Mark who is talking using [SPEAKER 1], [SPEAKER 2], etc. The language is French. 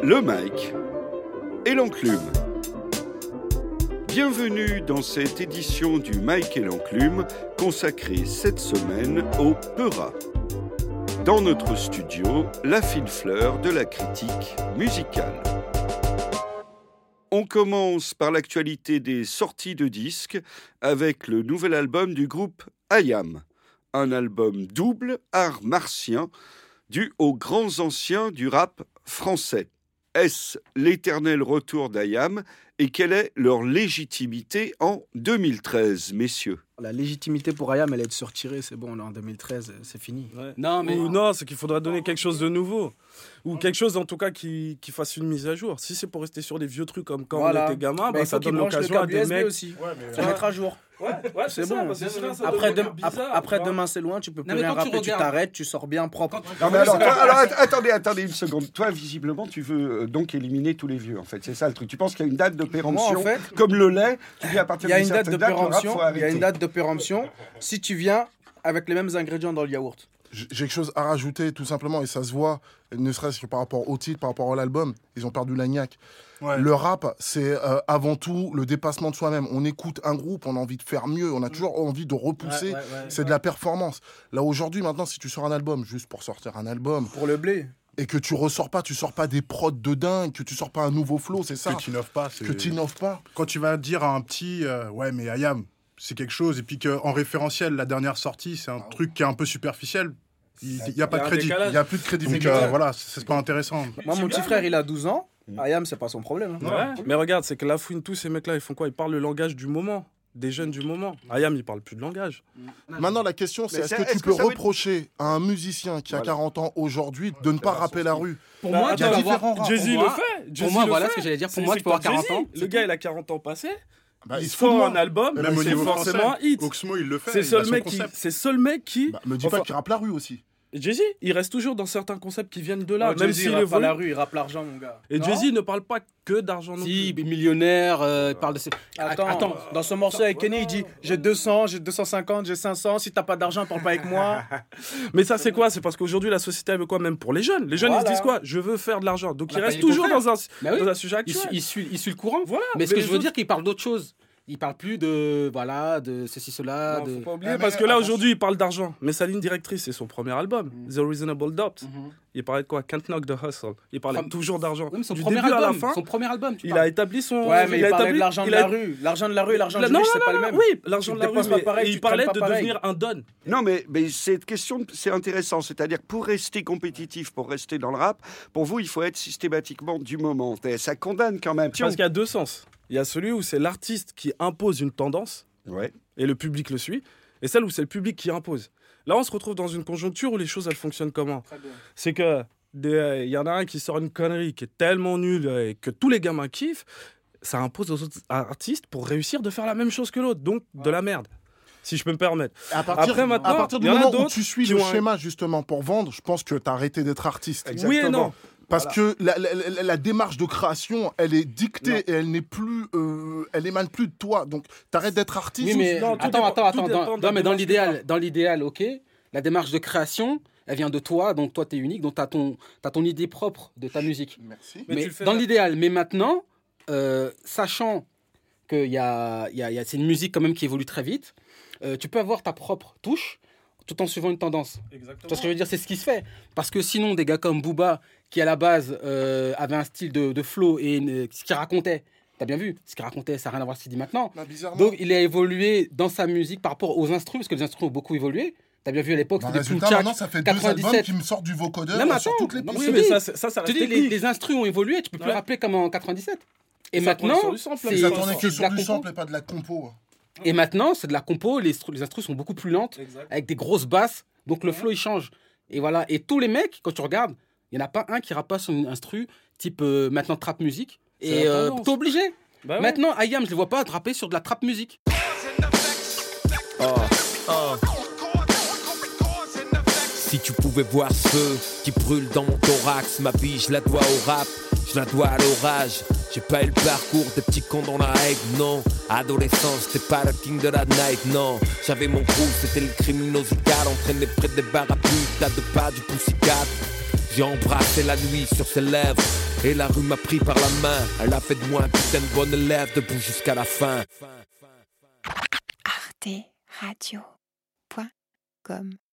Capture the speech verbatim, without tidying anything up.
[SPEAKER 1] le Mike et l'enclume. Bienvenue dans cette édition du Mike et l'enclume consacrée cette semaine au Peura. Dans notre studio, la fine fleur de la critique musicale. On commence par l'actualité des sorties de disques avec le nouvel album du groupe I A M, un album double art martien dû aux grands anciens du rap français. Est-ce l'éternel retour d'I A M et quelle est leur légitimité en deux mille treize, messieurs?
[SPEAKER 2] La légitimité pour I A M, elle est de se retirer, c'est bon, on est en deux mille treize, c'est fini.
[SPEAKER 3] Ouais. Non, mais... Ou non, c'est qu'il faudra donner quelque chose de nouveau. Ou quelque chose, en tout cas, qui, qui fasse une mise à jour. Si c'est pour rester sur des vieux trucs comme quand voilà. on était gamin, bah, bah, ça donne l'occasion à des mecs...
[SPEAKER 2] aussi. Ouais, mais... Se mettre à jour.
[SPEAKER 3] Ouais, ouais, c'est, c'est bon.
[SPEAKER 2] Ça, c'est ça, après, de, bizarre, après demain, c'est loin, tu peux plus rien rapper, tu, tu t'arrêtes, tu sors bien propre.
[SPEAKER 1] Non, mais alors, toi, alors, attendez, attendez une seconde. Toi, visiblement, tu veux euh, donc éliminer tous les vieux, en fait. C'est ça le truc. Tu penses qu'il y a une date de péremption, en fait, comme le lait. Tu dis à partir d'une certaine date, le rap, faut arrêter.
[SPEAKER 2] Il y a une date de péremption si tu viens avec les mêmes ingrédients dans le yaourt.
[SPEAKER 4] J'ai quelque chose à rajouter, tout simplement, et ça se voit, ne serait-ce que par rapport au titre, par rapport à l'album, ils ont perdu la niaque. Ouais. Le rap, c'est euh, avant tout le dépassement de soi-même. On écoute un groupe, on a envie de faire mieux, on a toujours envie de repousser, ouais, ouais, ouais, c'est ouais. de la performance. Là, aujourd'hui, maintenant, si tu sors un album, juste pour sortir un album...
[SPEAKER 2] Pour le blé.
[SPEAKER 4] Et que tu ressors pas, tu sors pas des prods de dingue, que tu sors pas un nouveau flow, c'est ça.
[SPEAKER 5] Que tu innoves pas. C'est...
[SPEAKER 4] Que tu innoves pas.
[SPEAKER 5] Quand tu vas dire à un petit, euh, ouais, mais I A M, c'est quelque chose, et puis qu'en référentiel, la dernière sortie, c'est un ah, truc ouais. qui est un peu superficiel. Il n'y a pas de crédit. Il n'y a plus de crédibilité. Donc euh, voilà, c'est pas intéressant.
[SPEAKER 2] Moi, mon petit frère, il a douze ans. I A M, c'est pas son problème. Hein.
[SPEAKER 3] Ouais. Mais regarde, c'est que la fouine, tous ces mecs-là, ils font quoi? Ils parlent le langage du moment. Des jeunes du moment. I A M, il parle plus de langage.
[SPEAKER 4] Maintenant, la question, c'est, est-ce, c'est, que est-ce tu que peux reprocher être... à un musicien qui a voilà. quarante ans aujourd'hui de ne pas rapper la rue?
[SPEAKER 3] Pour moi, il y a différents rapes. Jay-Z le fait.
[SPEAKER 6] Pour moi, voilà ce que j'allais dire. Pour moi, tu peux avoir quarante ans.
[SPEAKER 3] Le gars, il a quarante ans passé.
[SPEAKER 5] Bah,
[SPEAKER 3] il sort un album,
[SPEAKER 5] même au niveau
[SPEAKER 3] forcément un hit.
[SPEAKER 5] Oxmo, il le fait.
[SPEAKER 3] C'est le seul mec qui, c'est seul mec qui.
[SPEAKER 4] Bah, me dis enfin, pas qu'il rappe la rue aussi.
[SPEAKER 3] Jay-Z, il reste toujours dans certains concepts qui viennent de là.
[SPEAKER 2] Ouais, même s'il il rappe pas la rue, il rappe l'argent, mon gars.
[SPEAKER 3] Et non Jay-Z ne parle pas que d'argent non
[SPEAKER 6] si,
[SPEAKER 3] plus.
[SPEAKER 6] Si, millionnaire, euh, il parle de...
[SPEAKER 2] Attends, Attends, dans ce morceau avec Kenny, il dit « J'ai deux cents, j'ai deux cent cinquante, j'ai cinq cents, si t'as pas d'argent, parle pas avec moi. »
[SPEAKER 3] Mais ça, c'est quoi? C'est parce qu'aujourd'hui, la société, elle veut quoi? Même pour les jeunes. Les jeunes, voilà. ils se disent quoi? Je veux faire de l'argent. Donc, bah, ils restent toujours dans un, bah oui. dans un sujet actuel.
[SPEAKER 6] Il, il, suit, il suit le courant.
[SPEAKER 3] Voilà.
[SPEAKER 6] Mais ce que je veux dire, qu'il parle d'autre chose. Il parle plus de voilà de ceci cela.
[SPEAKER 3] Non,
[SPEAKER 6] de...
[SPEAKER 3] faut pas oublier, ah, parce que là aujourd'hui il parle d'argent, mais sa ligne directrice c'est son premier album, mm. The Reasonable Doubt. Mm-hmm. Il parlait de quoi? Can't Knock the Hustle. Il parlait From... toujours d'argent.
[SPEAKER 6] Oui, son
[SPEAKER 3] du
[SPEAKER 6] premier
[SPEAKER 3] début
[SPEAKER 6] album,
[SPEAKER 3] à la fin.
[SPEAKER 6] Son premier album.
[SPEAKER 3] Il a établi son.
[SPEAKER 2] Ouais, mais il,
[SPEAKER 3] il a
[SPEAKER 2] parlait
[SPEAKER 3] établi...
[SPEAKER 2] de l'argent de la rue. L'argent de la rue et l'argent de la riche, c'est pas le même.
[SPEAKER 3] Oui, l'argent de la rue. Mais il parlait de devenir un don.
[SPEAKER 1] Non, mais mais cette question c'est intéressant, c'est-à-dire pour rester compétitif, pour rester dans le rap, pour vous il faut être systématiquement du moment. Ça condamne quand même.
[SPEAKER 3] Parce qu'il y a deux sens. Il y a celui où c'est l'artiste qui impose une tendance,
[SPEAKER 1] ouais.
[SPEAKER 3] et le public le suit, et celle où c'est le public qui impose. Là, on se retrouve dans une conjoncture où les choses, elles fonctionnent comment? C'est que il euh, y en a un qui sort une connerie qui est tellement nulle et que tous les gamins kiffent, ça impose aux autres artistes pour réussir de faire la même chose que l'autre, donc ouais. de la merde. Si je peux me permettre.
[SPEAKER 4] À partir, Après, maintenant, à partir du moment où tu suis le schéma, justement, pour vendre, je pense que tu as arrêté d'être artiste.
[SPEAKER 3] Exactement. Oui et non.
[SPEAKER 4] Parce voilà. que la, la, la, la démarche de création, elle est dictée non. et elle n'est plus, euh, elle émane plus de toi. Donc, t'arrêtes d'être artiste.
[SPEAKER 6] Oui, mais
[SPEAKER 3] non,
[SPEAKER 6] attends,
[SPEAKER 3] dépend,
[SPEAKER 6] attends, attends. Dans, non, mais dans l'idéal, dans l'idéal, ok. La démarche de création, elle vient de toi, donc toi, t'es unique, donc t'as ton, t'as ton idée propre de ta musique.
[SPEAKER 4] Merci.
[SPEAKER 6] Mais, mais dans là. l'idéal, mais maintenant, euh, sachant que y a, y a, y a, c'est une musique quand même qui évolue très vite, euh, tu peux avoir ta propre touche tout en suivant une tendance.
[SPEAKER 3] Exactement.
[SPEAKER 6] Tu vois ce que je veux dire, c'est ce qui se fait. Parce que sinon, des gars comme Booba, qui à la base euh, avait un style de, de flow et une, ce qu'il racontait, t'as bien vu, ce qu'il racontait, ça n'a rien à voir avec ce qu'il dit maintenant.
[SPEAKER 4] Bah,
[SPEAKER 6] donc il a évolué dans sa musique par rapport aux instruments, parce que les instruments ont beaucoup évolué. T'as bien vu à l'époque,
[SPEAKER 4] bah,
[SPEAKER 6] c'était des
[SPEAKER 4] Pumchak, maintenant ça fait deux albums qui me sortent du vocodeur non, mais attends, sur toutes les pistes.
[SPEAKER 3] Oui, mais ça, ça, ça, ça
[SPEAKER 6] reste dis, les, les instruments ont évolué, tu peux plus ouais. rappeler comme en quatre-vingt-dix-sept. Et, et maintenant,
[SPEAKER 4] c'est ils attendaient que sur du sample et pas de la compo.
[SPEAKER 6] Et maintenant, c'est de la compo, les, les instruments sont beaucoup plus lentes, exact. Avec des grosses basses, donc le flow il change. Et voilà, et tous les mecs, quand tu regardes, il n'y en a pas un qui rappe pas son instru, type euh, maintenant trap musique. Et euh, t'es obligé. Bah ouais. Maintenant, I A M, je ne les vois pas rapper sur de la trap musique.
[SPEAKER 7] Oh. Oh. Si tu pouvais voir ce feu qui brûle dans mon thorax, ma vie je la dois au rap, je la dois à l'orage. J'ai pas eu le parcours des petits cons dans la haine, non. Adolescence, c'était pas le king de la night, non. J'avais mon crew, c'était le criminosical, entraîné près des bars à pute, tas de pas du poussicat. J'ai embrassé la nuit sur ses lèvres, Et la rue m'a pris par la main. Elle a fait de moi un putain de bonne élève, debout jusqu'à la fin.
[SPEAKER 8] arte radio point com